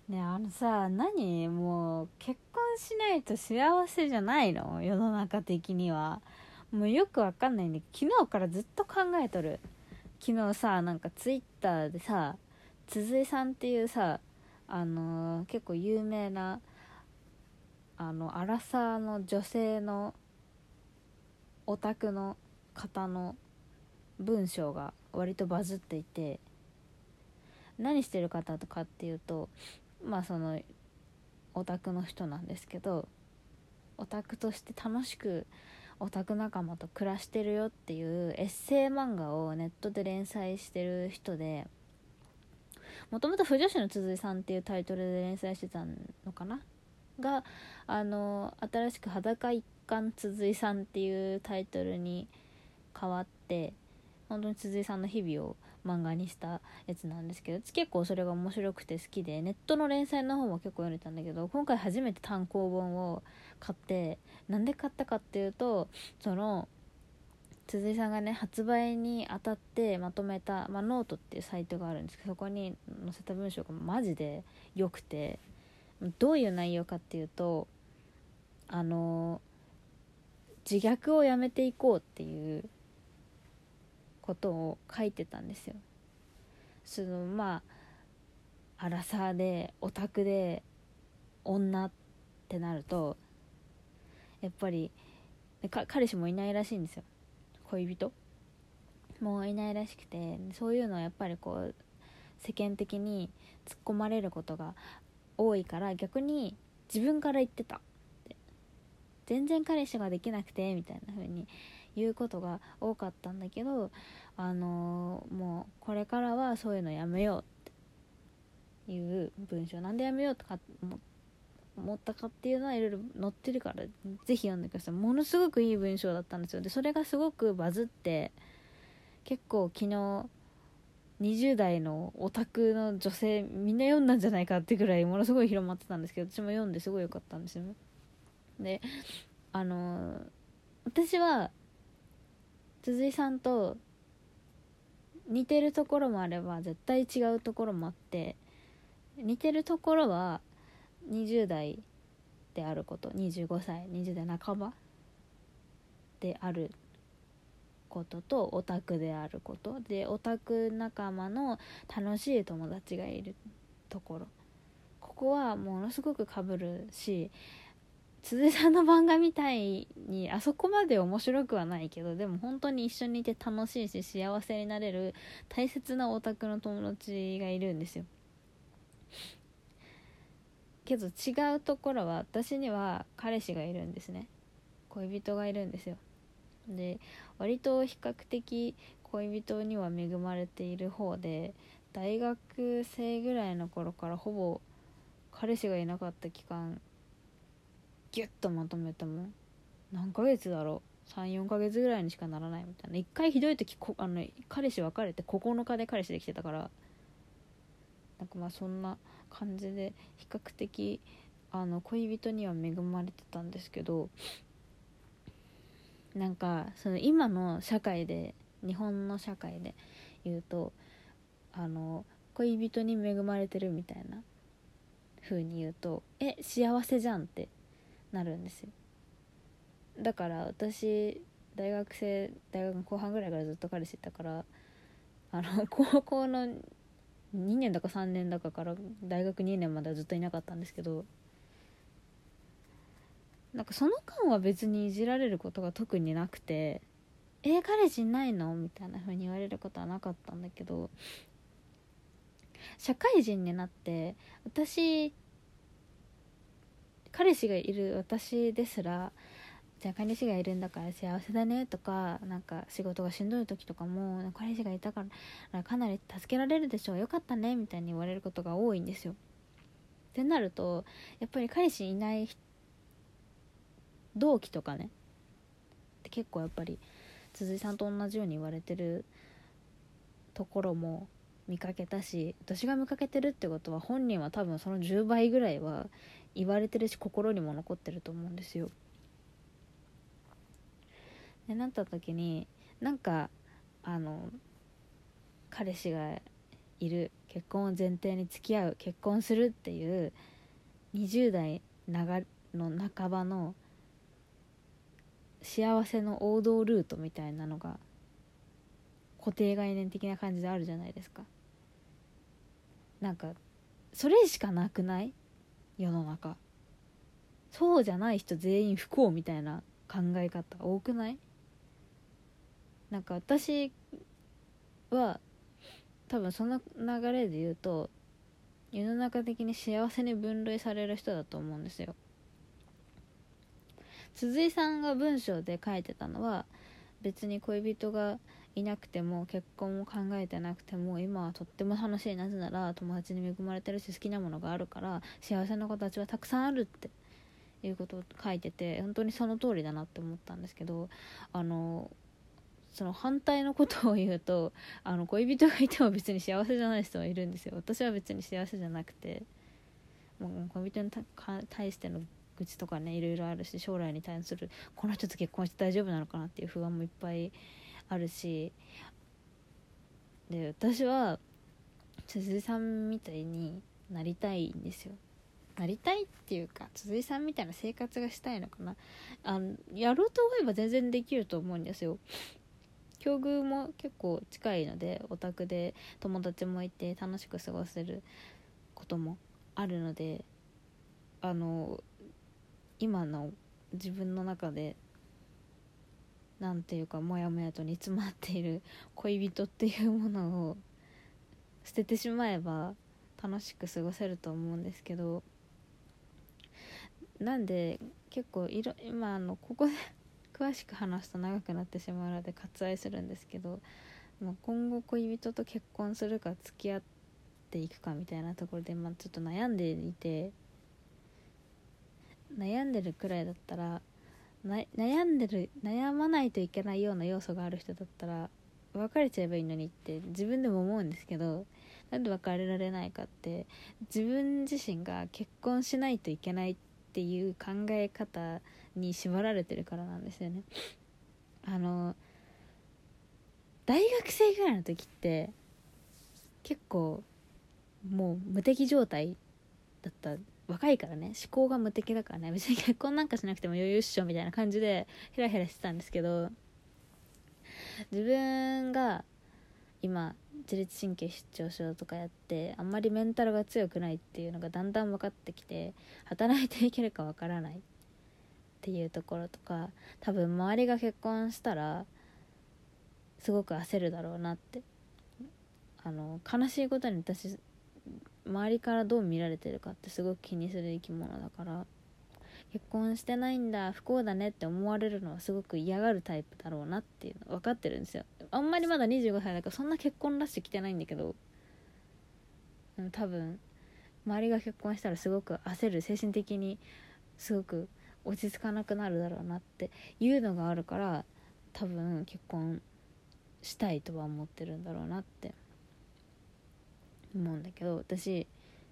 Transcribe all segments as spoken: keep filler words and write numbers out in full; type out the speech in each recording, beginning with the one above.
ね、あのさ、何もう結婚しないと幸せじゃないの世の中的には。もうよくわかんないんで、昨日からずっと考えとる。昨日さ、なんかツイッターでさ、鈴井さんっていうさ、あのー結構有名なあのアラサーの女性のオタクの方の文章が割とバズっていて、何してる方とかっていうと、まあそのオタクの人なんですけど、オタクとして楽しくオタク仲間と暮らしてるよっていうエッセイ漫画をネットで連載してる人で、もともと不女子の鈴井さんっていうタイトルで連載してたのかなが、あの新しく裸一貫鈴井さんっていうタイトルに変わって、本当に鈴井さんの日々を漫画にしたやつなんですけど、結構それが面白くて好きで、ネットの連載の方も結構読んでたんだけど、今回初めて単行本を買って、なんで買ったかっていうと、その鈴井さんがね発売にあたってまとめた、まあ、ノートっていうサイトがあるんですけど、そこに載せた文章がマジで良くて、どういう内容かっていうと、あの自虐をやめていこうっていうことを書いてたんですよ。そのまあアラサーでオタクで女ってなると、やっぱり彼氏もいないらしいんですよ。恋人もういないらしくて、そういうのはやっぱりこう世間的に突っ込まれることが多いから、逆に自分から言ってたって、全然彼氏ができなくてみたいな風に言うことが多かったんだけど、あのー、もうこれからはそういうのやめようっていう文章。なんでやめようとか思ったかっていうのはいろいろ載ってるから、ぜひ読んでください。ものすごくいい文章だったんですよ。でそれがすごくバズって、結構昨日にじゅう代のオタクの女性みんな読んだんじゃないかってぐらいものすごい広まってたんですけど、私も読んですごい良かったんですよね。であのー、私は鈴井さんと似てるところもあれば絶対違うところもあって、似てるところはにじゅう代であること、にじゅうごさいにじゅう代半ばであることと、オタクであることで、オタク仲間の楽しい友達がいるところ、ここはものすごく被るし、鈴さんの漫画みたいにあそこまで面白くはないけど、でも本当に一緒にいて楽しいし幸せになれる大切なオタクの友達がいるんですよ。けど違うところは、私には彼氏がいるんですね。恋人がいるんですよ。で割と比較的恋人には恵まれている方で、大学生ぐらいの頃からほぼ彼氏がいなかった期間ギュッとまとめても何ヶ月だろう、さん、よんかげつぐらいにしかならないみたいな。一回ひどい時こあの彼氏別れてここのかで彼氏できてたから、なんかまあそんな感じで比較的あの恋人には恵まれてたんですけど、なんかその今の社会で、日本の社会で言うと、あの恋人に恵まれてるみたいな風に言うと、え幸せじゃんってなるんですよ。だから私大学生大学の後半ぐらいからずっと彼氏いたから、あの高校のにねんだかさんねんだかから大学にねんまではずっといなかったんですけど、なんかその間は別にいじられることが特になくて、えー、彼氏いないのみたいな風に言われることはなかったんだけど、社会人になって私彼氏がいる私ですら、じゃあ彼氏がいるんだから幸せだねとか、なんか仕事がしんどい時とかも彼氏がいたからかなり助けられるでしょう、よかったねみたいに言われることが多いんですよ。ってなるとやっぱり彼氏いない同期とかねって結構やっぱり鈴井さんと同じように言われてるところも見かけたし、私が見かけてるってことは本人は多分そのじゅうばいぐらいは言われてるし、心にも残ってると思うんですよ。でなった時に、なんかあの彼氏がいる、結婚を前提に付き合う、結婚するっていうにじゅう代の半ばの幸せの王道ルートみたいなのが固定概念的な感じであるじゃないですか。なんかそれしかなくない？世の中。そうじゃない人全員不幸みたいな考え方多くない？なんか私は多分その流れで言うと世の中的に幸せに分類される人だと思うんですよ。鈴井さんが文章で書いてたのは、別に恋人がいなくても結婚も考えてなくても今はとっても楽しい、なぜなら友達に恵まれてるし好きなものがあるから幸せな子たちはたくさんあるっていうことを書いてて、本当にその通りだなって思ったんですけど、あのその反対のことを言うと、あの恋人がいても別に幸せじゃない人はいるんですよ。私は別に幸せじゃなくて、もう恋人に対しての愚痴とかねいろいろあるし、将来に対するこの人と結婚して大丈夫なのかなっていう不安もいっぱいあるし、で私は鈴井さんみたいになりたいんですよ。なりたいっていうか鈴井さんみたいな生活がしたいのかな。あのやろうと思えば全然できると思うんですよ。境遇も結構近いので、お宅で友達もいて楽しく過ごせることもあるので、あの今の自分の中でなんていうかモヤモヤと煮詰まっている恋人っていうものを捨ててしまえば楽しく過ごせると思うんですけど、なんで結構いろ今あのここで詳しく話すと長くなってしまうので割愛するんですけど、もう今後恋人と結婚するか付き合っていくかみたいなところで、まあ、ちょっと悩んでいて、悩んでるくらいだったらな悩んでる悩まないといけないような要素がある人だったら別れちゃえばいいのにって自分でも思うんですけど、なんで別れられないかって、自分自身が結婚しないといけないっていう考え方に縛られてるからなんですよね。あの大学生ぐらいの時って結構もう無敵状態だった。若いからね、思考が無敵だからね、別に結婚なんかしなくても余裕っしょみたいな感じでヘラヘラしてたんですけど、自分が今自律神経失調症とかやってあんまりメンタルが強くないっていうのがだんだん分かってきて、働いていけるか分からないっていうところとか、多分周りが結婚したらすごく焦るだろうなって、あの悲しいことに私周りからどう見られてるかってすごく気にする生き物だから、結婚してないんだ不幸だねって思われるのはすごく嫌がるタイプだろうなっていうの分かってるんですよ。あんまりまだにじゅうごさいだからそんな結婚らしく来てないんだけど、多分周りが結婚したらすごく焦る、精神的にすごく落ち着かなくなるだろうなっていうのがあるから、多分結婚したいとは思ってるんだろうなって思うんだけど、私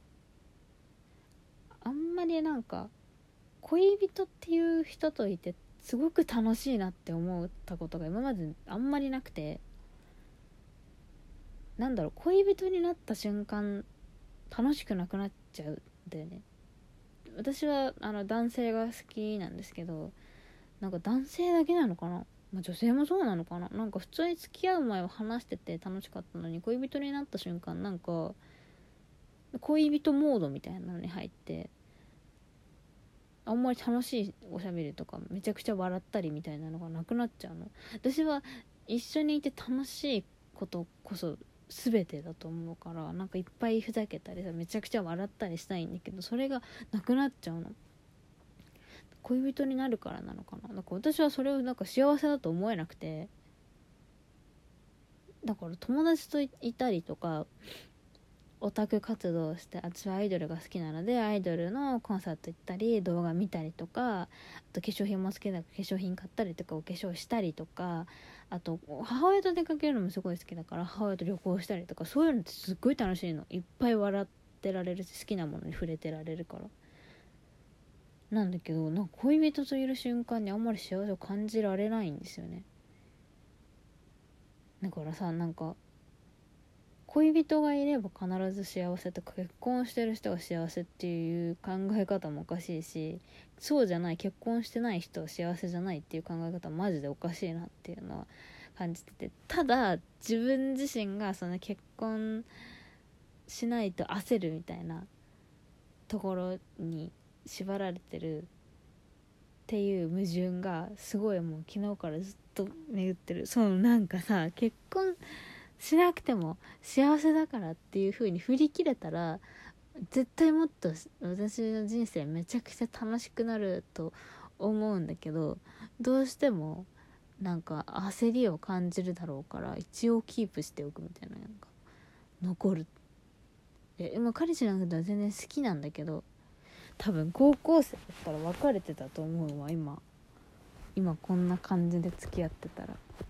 あんまりなんか恋人っていう人といてすごく楽しいなって思ったことが今まであんまりなくて、なんだろう、恋人になった瞬間楽しくなくなっちゃうんだよね。私はあの男性が好きなんですけど、なんか男性だけなのかな、まあ、女性もそうなのかな、なんか普通に付き合う前は話してて楽しかったのに、恋人になった瞬間なんか恋人モードみたいなのに入って、あんまり楽しいおしゃべりとかめちゃくちゃ笑ったりみたいなのがなくなっちゃうの。私は一緒にいて楽しいことこそ全てだと思うから、なんかいっぱいふざけたりさ、めちゃくちゃ笑ったりしたいんだけど、それがなくなっちゃうの。恋人になるからなのかな。だから私はそれをなんか幸せだと思えなくて、だから友達といたりとかオタク活動をして、私はアイドルが好きなのでアイドルのコンサート行ったり動画見たりとか、あと化粧品も好きだから化粧品買ったりとかお化粧したりとか、あと母親と出かけるのもすごい好きだから母親と旅行したりとか、そういうのってすっごい楽しいの。いっぱい笑ってられるし好きなものに触れてられるからなんだけど、なんか恋人といる瞬間にあんまり幸せを感じられないんですよね。だからさ、なんか恋人がいれば必ず幸せとか、結婚してる人が幸せっていう考え方もおかしいし、そうじゃない、結婚してない人は幸せじゃないっていう考え方はマジでおかしいなっていうのは感じてて、ただ自分自身がその結婚しないと焦るみたいなところに縛られてるっていう矛盾がすごい、もう昨日からずっと巡ってる。そう、なんかさ、結婚しなくても幸せだからっていう風に振り切れたら、絶対もっと私の人生めちゃくちゃ楽しくなると思うんだけど、どうしてもなんか焦りを感じるだろうから、一応キープしておくみたいな、なんか残る。でも彼氏のことは全然好きなんだけど、多分高校生だったら別れてたと思うわ。今今こんな感じで付き合ってたら。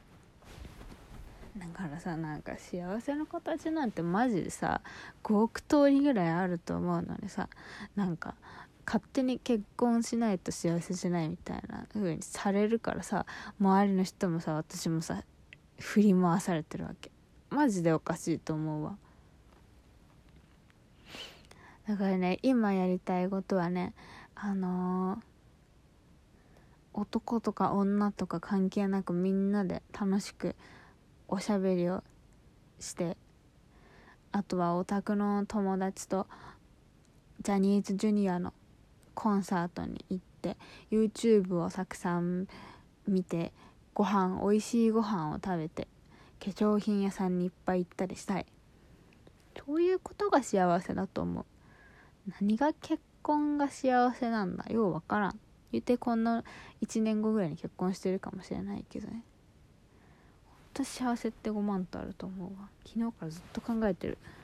だからさ、なんか幸せの形なんてマジでさごおく通りぐらいあると思うのにさ、なんか勝手に結婚しないと幸せじゃないみたいな風にされるからさ、周りの人もさ私もさ振り回されてるわけ。マジでおかしいと思うわ。だからね、今やりたいことはね、あのー、男とか女とか関係なくみんなで楽しくおしゃべりをして、あとはオタクの友達とジャニーズジュニアのコンサートに行って YouTube をたくさん見て、ご飯、美味しいご飯を食べて、化粧品屋さんにいっぱい行ったりしたい。そういうことが幸せだと思う。何が結婚が幸せなんだ、ようわからん。言ってこんないちねんごぐらいに結婚してるかもしれないけどね。ほんと幸せってごまんとあると思うわ。昨日からずっと考えてる。